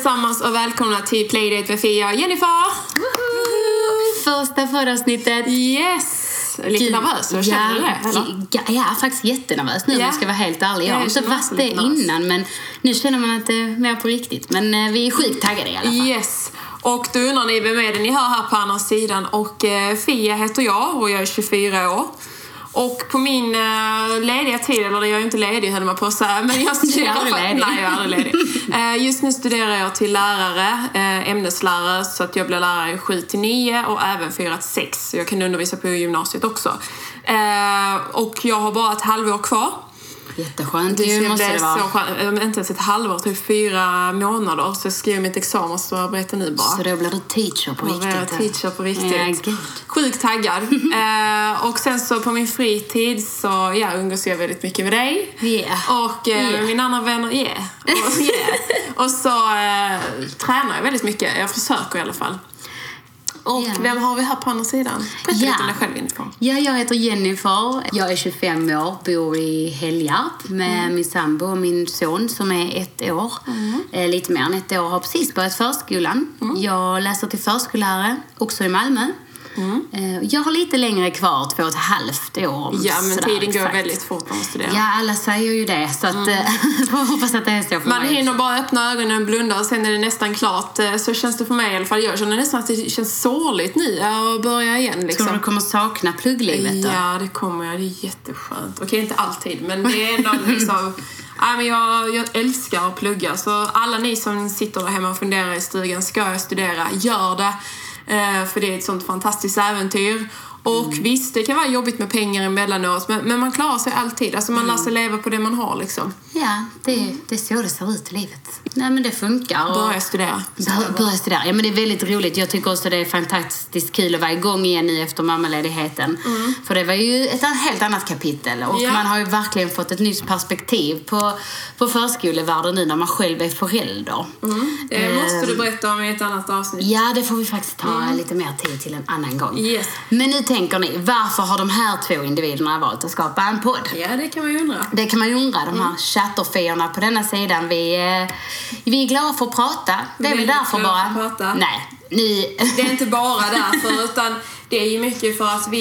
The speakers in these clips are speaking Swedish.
allesammans och välkomna till Playdate med Fia och Jennifer. Första föravsnittet. Yes. Lite nervös, hur känner du det? Eller? Jag är faktiskt jättenervös nu om jag ska vara helt ärlig. Jag har inte varit det innan, men nu känner man att det är mer på riktigt. Men vi är sjukt taggade i alla fall. Yes. Och då undrar ni vem är det ni hör här på andra sidan. Och Fia heter jag och jag är 24 år. Och på min lediga tid, eller jag är inte ledig höll man på att säga, men jag studerar. Nej, jag är aldrig ledig. Just nu studerar jag till lärare, ämneslärare, så att jag blir lärare 7-9 och även 4-6. Så jag kan undervisa på gymnasiet också. Och jag har bara ett halvår kvar. Jätteskönt, det måste det vara. Så skönt. Inte ens ett halvår, typ 4 månader. Så jag skriver mitt examen och så berättar nu bara. Så då blir du teacher på riktigt? Teacher på riktigt. Sjukt taggad. Och sen så på min fritid så umgås jag väldigt mycket med dig. Yeah. Och mina andra vänner, Och så tränar jag väldigt mycket. Jag försöker i alla fall. Och vem har vi här på andra sidan? Berätta lite om dig själv, Jennifer. Ja, jag heter Jennifer. Jag är 25 år, bor i Helgarp med min sambo och min son som är 1 år. Lite mer än 1 år, har precis börjat förskolan. Jag läser till förskollärare, också i Malmö. Jag har lite längre kvar, 2,5 år. Ja, men tiden går väldigt fort när man studerar. Ja, alla säger ju det. Så att, jag hoppas att det är så för man mig. hinner bara öppna ögonen och blunda och sen är det nästan klart. Så känns det för mig i alla fall. Jag känner nästan att det känns sorgligt nu att börja igen. Liksom. Tror du kommer sakna plugglivet då? Ja, det kommer jag. Det är jätteskönt. Okej, inte alltid, men det är ändå liksom... men jag älskar att plugga. Så alla ni som sitter där hemma och funderar i stugan, ska jag studera? Gör det. För det är ett sånt fantastiskt äventyr. Och visst, det kan vara jobbigt med pengar emellanåt, men man klarar sig alltid. Alltså man lär sig leva på det man har liksom. Ja, det är så det ser ut i livet. Nej, men det funkar. Börja studera. Börja studera. Ja, men det är väldigt roligt. Jag tycker också det är fantastiskt kul att vara igång igen nu efter mammaledigheten. För det var ju ett helt annat kapitel. Och man har ju verkligen fått ett nytt perspektiv på förskolevärlden nu när man själv är förälder. Det måste du berätta om i ett annat avsnitt. Ja, det får vi faktiskt ta lite mer tid till en annan gång. Yes. Men nu tänker ni, varför har de här 2 individerna valt att skapa en podd? Ja, det kan man ju undra. Det kan man ju undra, de här chatterfierna på denna sidan. Vi är glada för att prata. Det är väl därför bara... Nej, det är inte bara därför, utan det är ju mycket för att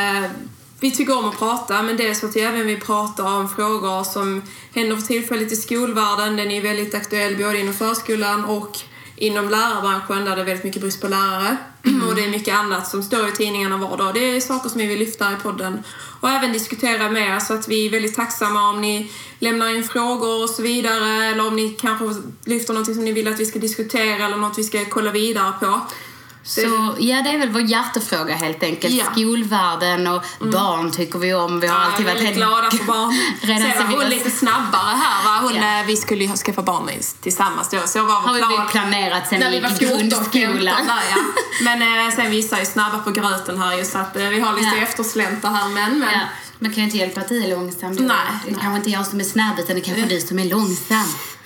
vi tycker om att prata, men dels för att även vi pratar om frågor som händer för tillfället i skolvärlden. Den är väldigt aktuell både inom förskolan och inom lärarbranschen där det är väldigt mycket brist på lärare. Och det är mycket annat som står i tidningarna var dag. Det är saker som vi vill lyfta i podden. Och även diskutera med er, så att vi är väldigt tacksamma om ni lämnar in frågor och så vidare. Eller om ni kanske lyfter något som ni vill att vi ska diskutera eller något vi ska kolla vidare på. Så det är väl vår hjärtefråga helt enkelt. Ja. Skolvärlden och barn tycker vi om. Vi har alltid varit väldigt glada för barn. Sen var hon lite snabbare här, va? Vi skulle ju skaffa barn tillsammans då. Så har vi planerat sen i grundskolan. Men sen vissa är snabba på gröten här ju, så att vi har lite efterslänta här. Men man kan ju inte hjälpa att du är långsam. Nej. Det kanske inte jag som är snabb, utan det kanske du som är långsam.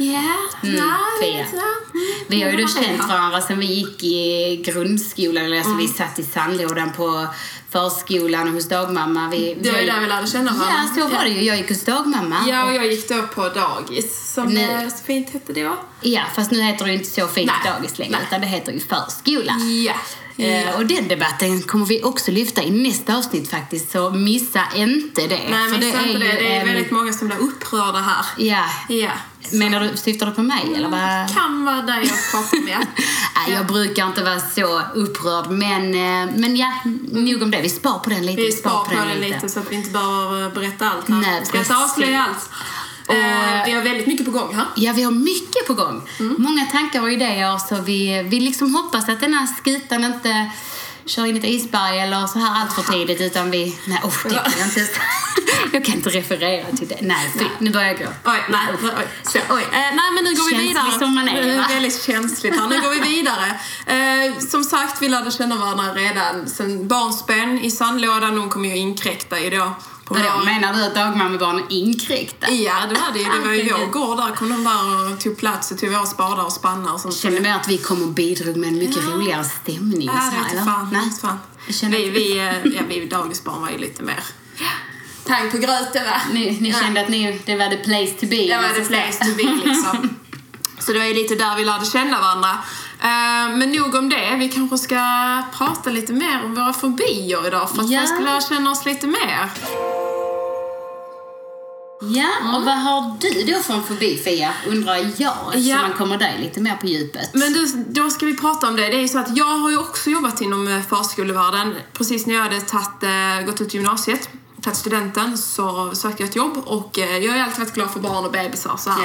Vi har ju då känt varandra sen vi gick i grundskolan. Eller alltså vi satt i sandlådan på förskolan och hos dagmamma. Det var ju där vi lärde känna varandra. Ja, så var det ju. Jag gick hos dagmamma. Ja, och jag gick då på dagis, som så fint hette det då. Ja, fast nu heter det ju inte så fint dagis längre, utan det heter ju förskola. Ja. Och den debatten kommer vi också lyfta i nästa avsnitt faktiskt, så missa inte det. Nej, för missa inte det. Det är väldigt många som blir upprörda här. Ja. Syftar du på mig? Eller vad? Kan vara där jag pratar med. Jag brukar inte vara så upprörd, men nog om det. Vi spar på den lite. Vi spar på den lite så att vi inte bara berätta allt här. Nej, vi ska inte avslöja allt. Och vi har väldigt mycket på gång här. Ja, vi har mycket på gång. Många tankar och idéer, så vi liksom hoppas att den här skutan inte kör in ett isberg eller så här allt för tidigt, utan det kan jag inte. Jag kan inte referera till det. Nej, nu börjar jag gå. Nej, men nu går vi vidare. Känsligt som man är. Det är väldigt känsligt här. Nu går vi vidare. Som sagt, vi lärde känna varandra redan sen barnsben i sandlådan. Hon kommer ju inkräkta i då. Menar du att dagmammebarn inkräkta? Ja, det var det. Det var ju vår gård där. Kom de där och tog plats och tog våra spadar och spannar. Och sånt. Känner vi att vi kommer och bidrog med en mycket roligare stämning? Ja, det är inte fan. Vi dagisbarn var ju lite mer tang på gröten, va? Ni kände att det var the place to be. Det var the place to be, liksom. Så det var ju lite där vi lärde känna varandra. Men nog om det. Vi kanske ska prata lite mer om våra fobier idag för att vi ska lära känna oss lite mer. Ja, och vad har du då för en fobi, Fia? Undrar jag, så man kommer dig lite mer på djupet. Men då ska vi prata om det. Det är ju så att jag har ju också jobbat inom förskolevärlden. Precis när jag hade gått ut gymnasiet, tagit studenten, så sökte jag ett jobb. Och jag har alltid varit glad för barn och bebisar. Så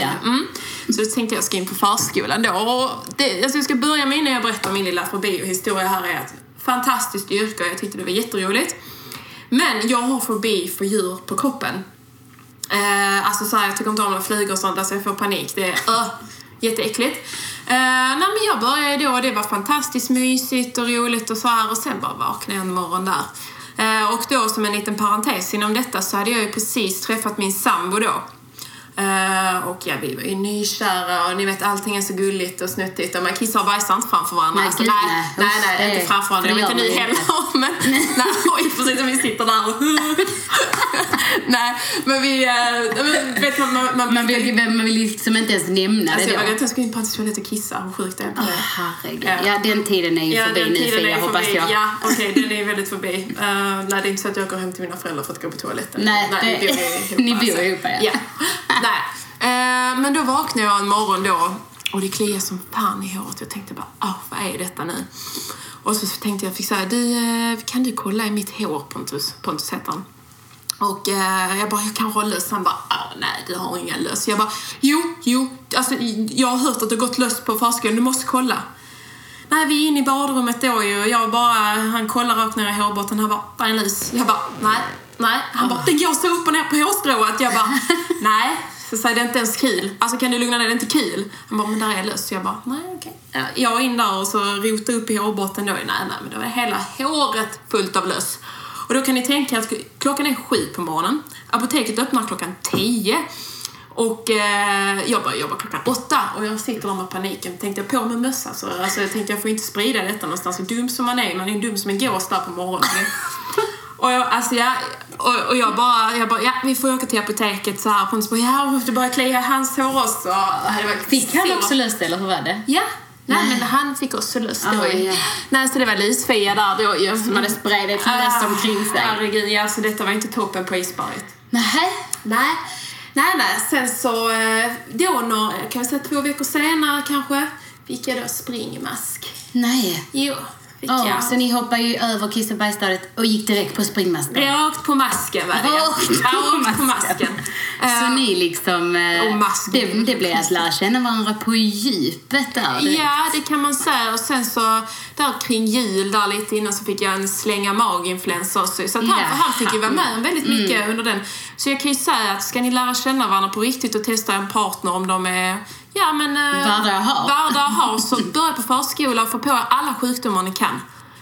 då tänkte jag ska in på förskolan då. Och jag ska börja med innan jag berättar min lilla fobi och historia här är ett fantastiskt yrke och jag tyckte det var jätteroligt. Men jag har fobi för djur på kroppen. Alltså så här, jag tycker inte om när flyger och sånt, alltså jag får panik. Det är jätteäckligt. Nej, men jag började då och det var fantastiskt mysigt och roligt och så här. Och sen bara vaknade jag en morgon där. Och då som en liten parentes inom detta så hade jag ju precis träffat min sambo då. Och vi var ju nykära och ni vet allting är så gulligt och snuttigt och man kissar och bajsar inte framför varandra. Nej, inte framför varandra. Det var inte ni heller. Men oj, precis som vi sitter där och nej, men vi vet man vill liksom inte ens nämna alltså, det då. Jag vet att jag ska in på toaletten och kissa. Hur sjukt är det? Herregud. Ja, den tiden är ju förbi nu, Fia, hoppas jag. Ja, okej, den är väldigt förbi. Nej, det är inte så att jag går hem till mina föräldrar för att gå på toaletten. Nej, ni bor ihop, ja. Nej. Men då vaknade jag en morgon då och det kliade som fan i håret. Jag tänkte bara, vad är detta nu? Och så tänkte jag, fick säga, kan du kolla i mitt hår, Pontus heter han. Och jag bara, jag kan ha löss. Han bara, nej, du har inga löss. Jag bara, jo. Alltså, jag har hört att det har gått löss på förskolan. Du måste kolla. Nej, vi är inne i badrummet då ju. Han kollar rakt ner i hårbotten. Han bara, vad är en löss? Jag bara, nej. Han bara, den går så upp och ner på hårstrået. Jag bara, nej. Så säger det är inte ens kul. Alltså kan du lugna dig, det är inte kul. Han bara, men där är löss. Jag bara, nej, okej. Jag var in där och så rotade upp i hårbotten då. Nej, men det var hela håret fullt av löss. Och då kan ni tänka att klockan är 7 på morgonen. Apoteket öppnar klockan 10. Och jag börjar jobba klockan 8. Och jag sitter där med paniken. Tänkte jag på med mössa. Alltså jag tänkte jag får inte sprida detta någonstans. Så dum som man är dum som en gås där på morgonen. Och jag bara, vi får åka till apoteket så här. Pontus bara, du bara klia hans hår också. Fick han också lust eller hur var det? Ja. Nej, men han fick också lust då. Nej, så det var lysfia där då. Som hade spridat löst omkring sig. Herregud, så detta var inte toppen på isberget. Nej. Sen så, då kan vi säga 2 veckor senare kanske, fick jag då springmask. Nej. Jo. Så ni hoppar ju över kiss- och bajsstadiet och gick direkt på springmasken? Rakt på masken var det. Rakt på masken. Så ni liksom... det blev att lära känna varandra på djupet där. Ja, det kan man säga. Och sen så, där kring jul där lite innan så fick jag en slänga maginfluensa också. Så att han fick ju vara med väldigt mycket under den. Så jag kan ju säga att ska ni lära känna varandra på riktigt och testa en partner om de är... Ja, men värda att ha. Så börja på förskola och få på alla sjukdomar ni kan.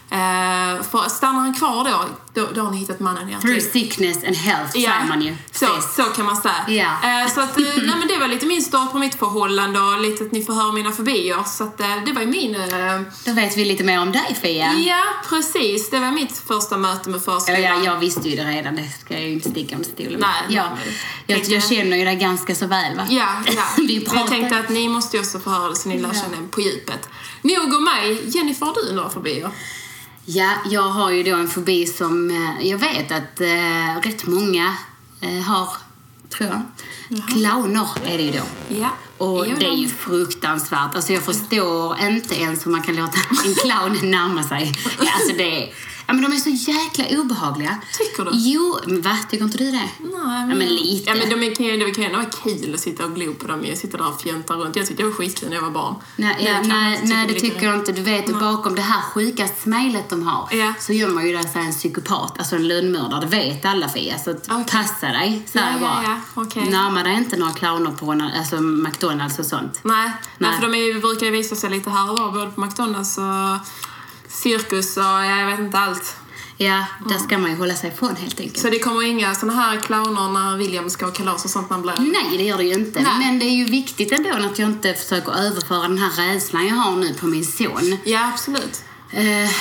För stannar han kvar då har ni hittat mannen i ert liv. Through sickness and health, säger man ju. Så kan man säga. Så att, nej, men det var lite min start på mitt förhållande och lite att ni får höra mina fobier. Så att, det var ju min... Då vet vi lite mer om dig, Fia. Ja, precis. Det var mitt första möte med förskolan. Jag visste ju det redan. Det ska jag ju inte sticka om stolen. Nej, jag känner ju det ganska så väl, va? Ja. Jag tänkte att ni måste ju också få höra det så ni lär känna på djupet. Nog om mig. Jennifer, har du några fobier? Ja, jag har ju då en fobi som jag vet att rätt många har, tror jag. Clowner är det ju då. Ja. Och det är ju fruktansvärt. Alltså jag förstår inte ens hur man kan låta en clown närma sig. Alltså det är... Ja, men de är så jäkla obehagliga. Tycker du? Jo, va? Tycker inte du det? Nej, men lite. Ja, men det kan ju vara kul att sitta och glo på dem. Jag sitter där och fjäntar runt. Jag tyckte det var skitkul när jag var barn. Nej, det tycker jag inte. Du vet, bakom det här sjuka smilet de har så gör man ju där så en psykopat, alltså en lönnmördare. Det vet alla, Fia. Så passa dig, så här bara. Okay. Närmar dig inte några clowner på alltså McDonalds och sånt. Nej, för de brukar ju visa sig lite här och var, både på McDonalds och cirkus och jag vet inte allt. Ja, där ska man ju hålla sig ifrån helt enkelt. Så det kommer inga såna här clowner när William ska ha kalas och sånt man blir? Nej, det gör det ju inte. Nej. Men det är ju viktigt ändå att jag inte försöker överföra den här rädslan jag har nu på min son. Ja, absolut.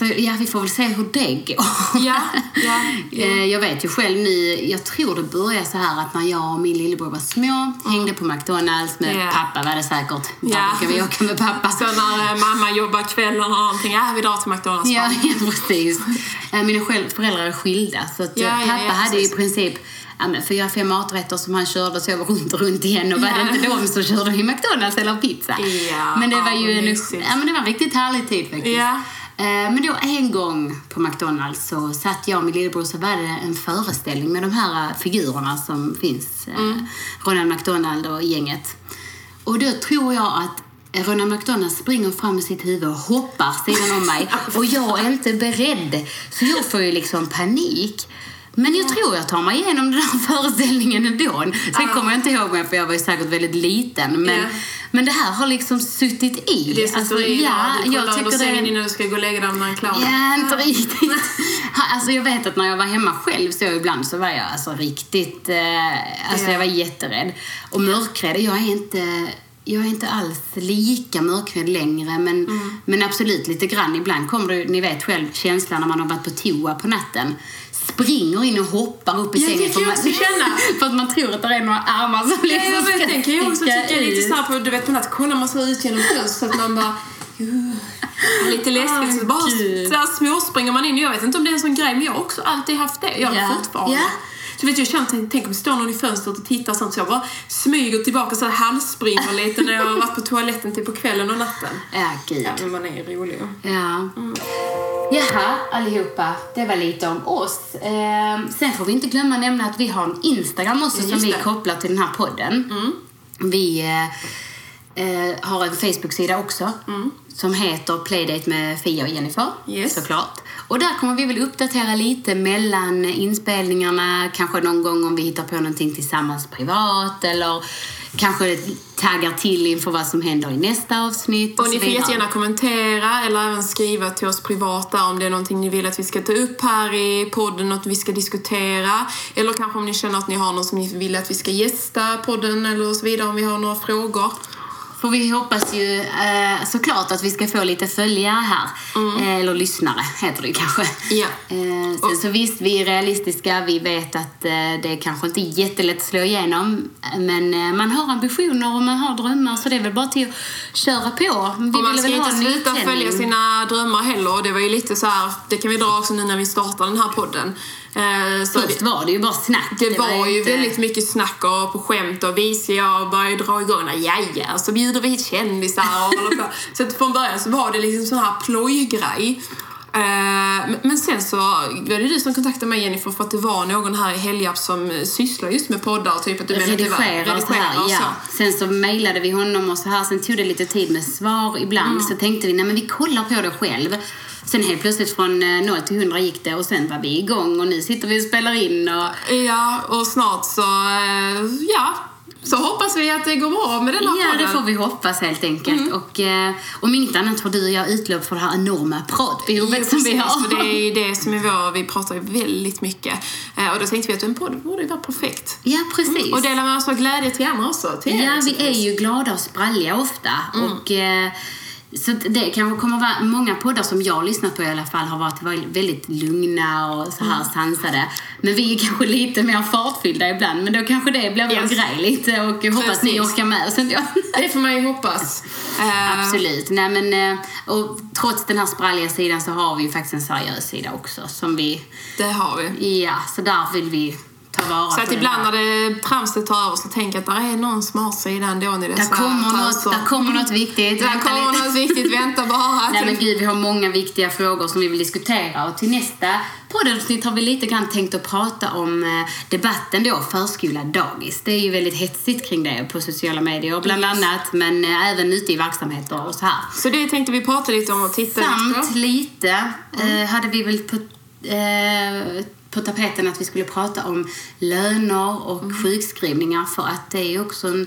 Så ja, vi får väl se hur det går. Ja. Jag vet ju själv nu, jag tror det började så här att när jag och min lillebror var små, hängde på McDonalds med pappa, var det säkert. Där brukar vi åka med pappa. Så när mamma jobbar kvällen och någonting, vi drar till McDonalds. Ja, precis. Mina föräldrar är skilda, så att pappa hade i princip 4-5 maträtter som han körde, så jag var runt igen, och var det inte de så körde vi McDonalds eller pizza. Men det var ju men det var en riktigt härlig tid faktiskt. Men då en gång på McDonalds så satt jag och min lillebror, så var det en föreställning med de här figurerna som finns, Ronald McDonald och gänget. Och då tror jag att Ronald McDonald springer fram med sitt huvud och hoppar sidan om mig, och jag är inte beredd, så jag får ju liksom panik. Men jag tror jag tar mig igenom den här föreställningen ändå. Sen kommer jag inte ihåg mig, för jag var ju säkert väldigt liten. Men det här har liksom suttit i. Det är alltså, du kollar sängen innan du ska gå och lägga dig när en clown. Ja, inte riktigt. Alltså jag vet att när jag var hemma själv så ibland så var jag alltså riktigt... jag var jätterädd. Och mörkrädd, jag är inte alls lika mörkrädd längre, men absolut lite grann. Ibland kommer det, ni vet själv, känslan när man har varit på toa på natten. Springer in och hoppar upp i sängen för att man tror att det är några armar som liksom jag vet, den kan jag också tycka lite så här på, du vet, på natt kollar man så ut genom fönstret så att man bara lite läskigt, så bara så här småspringer man in. Jag vet inte om det är en sån grej, men jag har också alltid haft det. Jag har fortfarande. Så vet jag tänk om det står någon i fönstret och tittar sånt, så jag bara smyger tillbaka så här, halvspringer lite när jag har varit på toaletten till på kvällen och natten. Gud. Ja, men man är rolig. Jaha, allihopa. Det var lite om oss. Sen får vi inte glömma nämna att vi har en Instagram också som vi kopplar till den här podden. Vi har en Facebook-sida också som heter Playdate med Fia och Jennifer, såklart. Och där kommer vi väl uppdatera lite mellan inspelningarna, kanske någon gång om vi hittar på någonting tillsammans privat, eller kanske taggar till inför vad som händer i nästa avsnitt. Och ni får jättegärna kommentera eller även skriva till oss privata om det är någonting ni vill att vi ska ta upp här i podden, något vi ska diskutera. Eller kanske om ni känner att ni har någon som ni vill att vi ska gästa podden eller så vidare, om vi har några frågor. För vi hoppas ju såklart att vi ska få lite följare här. Eller lyssnare heter det kanske. Ja. Så visst, vi är realistiska. Vi vet att det kanske inte är jättelätt att slå igenom. Men man har ambitioner och man har drömmar. Så det är väl bara till att köra på. Och man ska inte sluta följa sina drömmar heller. Det var ju lite så här, det kan vi dra också nu när vi startar den här podden. Först var det ju bara snack. Det var ju väldigt mycket snack och på skämt, och jag började dra igång så bjuder vi hit kändisar och håller på. Så att från början så var det liksom sån här plojgrej. Men sen så var det du som kontaktade mig, Jennifer, för att det var någon här i Helgarp som sysslar just med poddar, typ att du redigerar och så här, Sen så mejlade vi honom och så här. Sen tog det lite tid med svar ibland. Så tänkte vi, nej men vi kollar på det själv. Sen helt plötsligt från 0 till 100 gick det, och sen var vi igång och nu sitter vi och spelar in. Och snart så hoppas vi att det går bra med den här podden. Ja, det får vi hoppas helt enkelt. Och om inte annat får du och jag utlöp för det här enorma pratbehovet som vi har. För det är ju det som är vi pratar ju väldigt mycket. Och då tänkte vi att en podd borde ju vara perfekt. Ja, precis. Och delar med oss av glädje till andra också. Vi är ju glada och spralliga ofta. Och... Så det kanske kommer vara många poddar som jag har lyssnat på i alla fall har varit väldigt lugna och så här sansade. Men vi är kanske lite mer fartfyllda ibland, men då kanske det blir vår grej lite, och jag hoppas ni orkar med. Så det får man ju hoppas. Absolut. Nej, men, och trots den här spralliga sidan så har vi ju faktiskt en seriös sida också som vi... Det har vi. Ja, så där vill vi... Så att ibland när det tramset tar över så tänker jag att det är någon smart sida ändå. Där kommer något viktigt. Där kommer något viktigt, vänta bara. Nej men gud, vi har många viktiga frågor som vi vill diskutera. Och till nästa poddavsnitt har vi lite grann tänkt att prata om debatten då, förskola, dagis. Det är ju väldigt hetsigt kring det på sociala medier bland annat. Men även ute i verksamheter och så här. Så det tänkte vi prata lite om och titta samt lite hade vi väl på tapeten att vi skulle prata om löner och sjukskrivningar, för att det är också en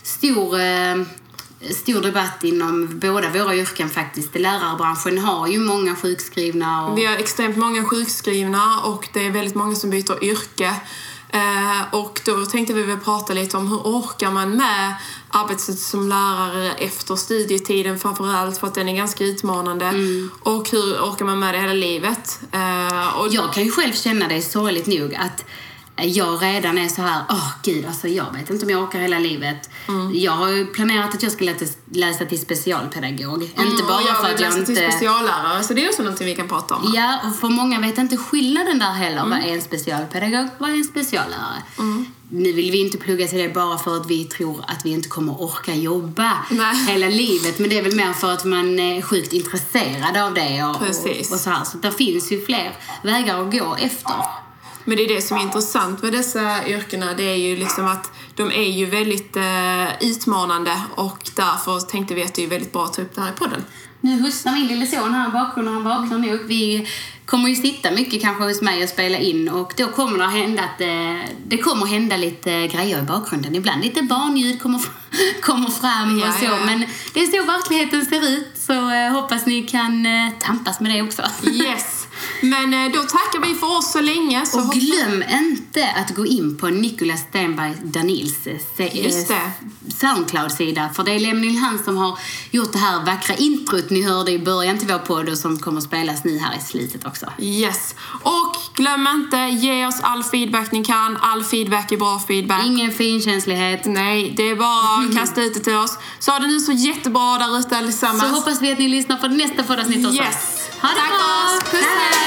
stor debatt inom båda våra yrken faktiskt. Lärarbranschen har ju många sjukskrivna. Vi har extremt många sjukskrivna och det är väldigt många som byter yrke. Och då tänkte vi väl prata lite om hur orkar man med arbetet som lärare efter studietiden, framförallt för att den är ganska utmanande. Och hur orkar man med det hela livet? Och jag kan ju själv känna det sorgligt nog att jag redan är så här, gud, alltså jag vet inte om jag orkar hela livet. Jag har ju planerat att jag ska läsa till specialpedagog. Inte bara för att jag inte... till speciallärare, så det är också någonting vi kan prata om. Ja, och för många vet inte skillnaden där heller. Vad är en specialpedagog? Vad är en speciallärare? Nu vill vi inte plugga till det bara för att vi tror att vi inte kommer orka jobba hela livet. Men det är väl mer för att man är sjukt intresserad av det och så här. Så det finns ju fler vägar att gå efter. Men det är det som är intressant med dessa yrkena. Det är ju liksom att de är ju väldigt utmanande. Och därför tänkte vi att det är väldigt bra att ta upp det här i podden. Nu hustar min lille son här i bakgrunden. Han vaknar nog. Vi kommer ju sitta mycket kanske hos mig och spela in. Och då kommer det hända att det kommer hända lite grejer i bakgrunden. Ibland lite barnljud kommer fram och så. Ja. Men det är så verkligheten ser ut. Så hoppas ni kan tampas med det också. Yes. Men då tackar vi för oss så länge. Så och glöm inte att gå in på Nicolas Stenberg Danils Soundcloud-sida. För det är nämligen han som har gjort det här vackra introt ni hörde i början till vår podd och som kommer spelas nu här i slutet också. Yes. Och glöm inte, ge oss all feedback ni kan. All feedback är bra feedback. Ingen finkänslighet. Nej, det är bara att kasta ut det till oss. Så har det nu så jättebra där ute allesammans. Så hoppas vi att ni lyssnar på nästa poddavsnitt också. Yes. Ha det bra! Puss!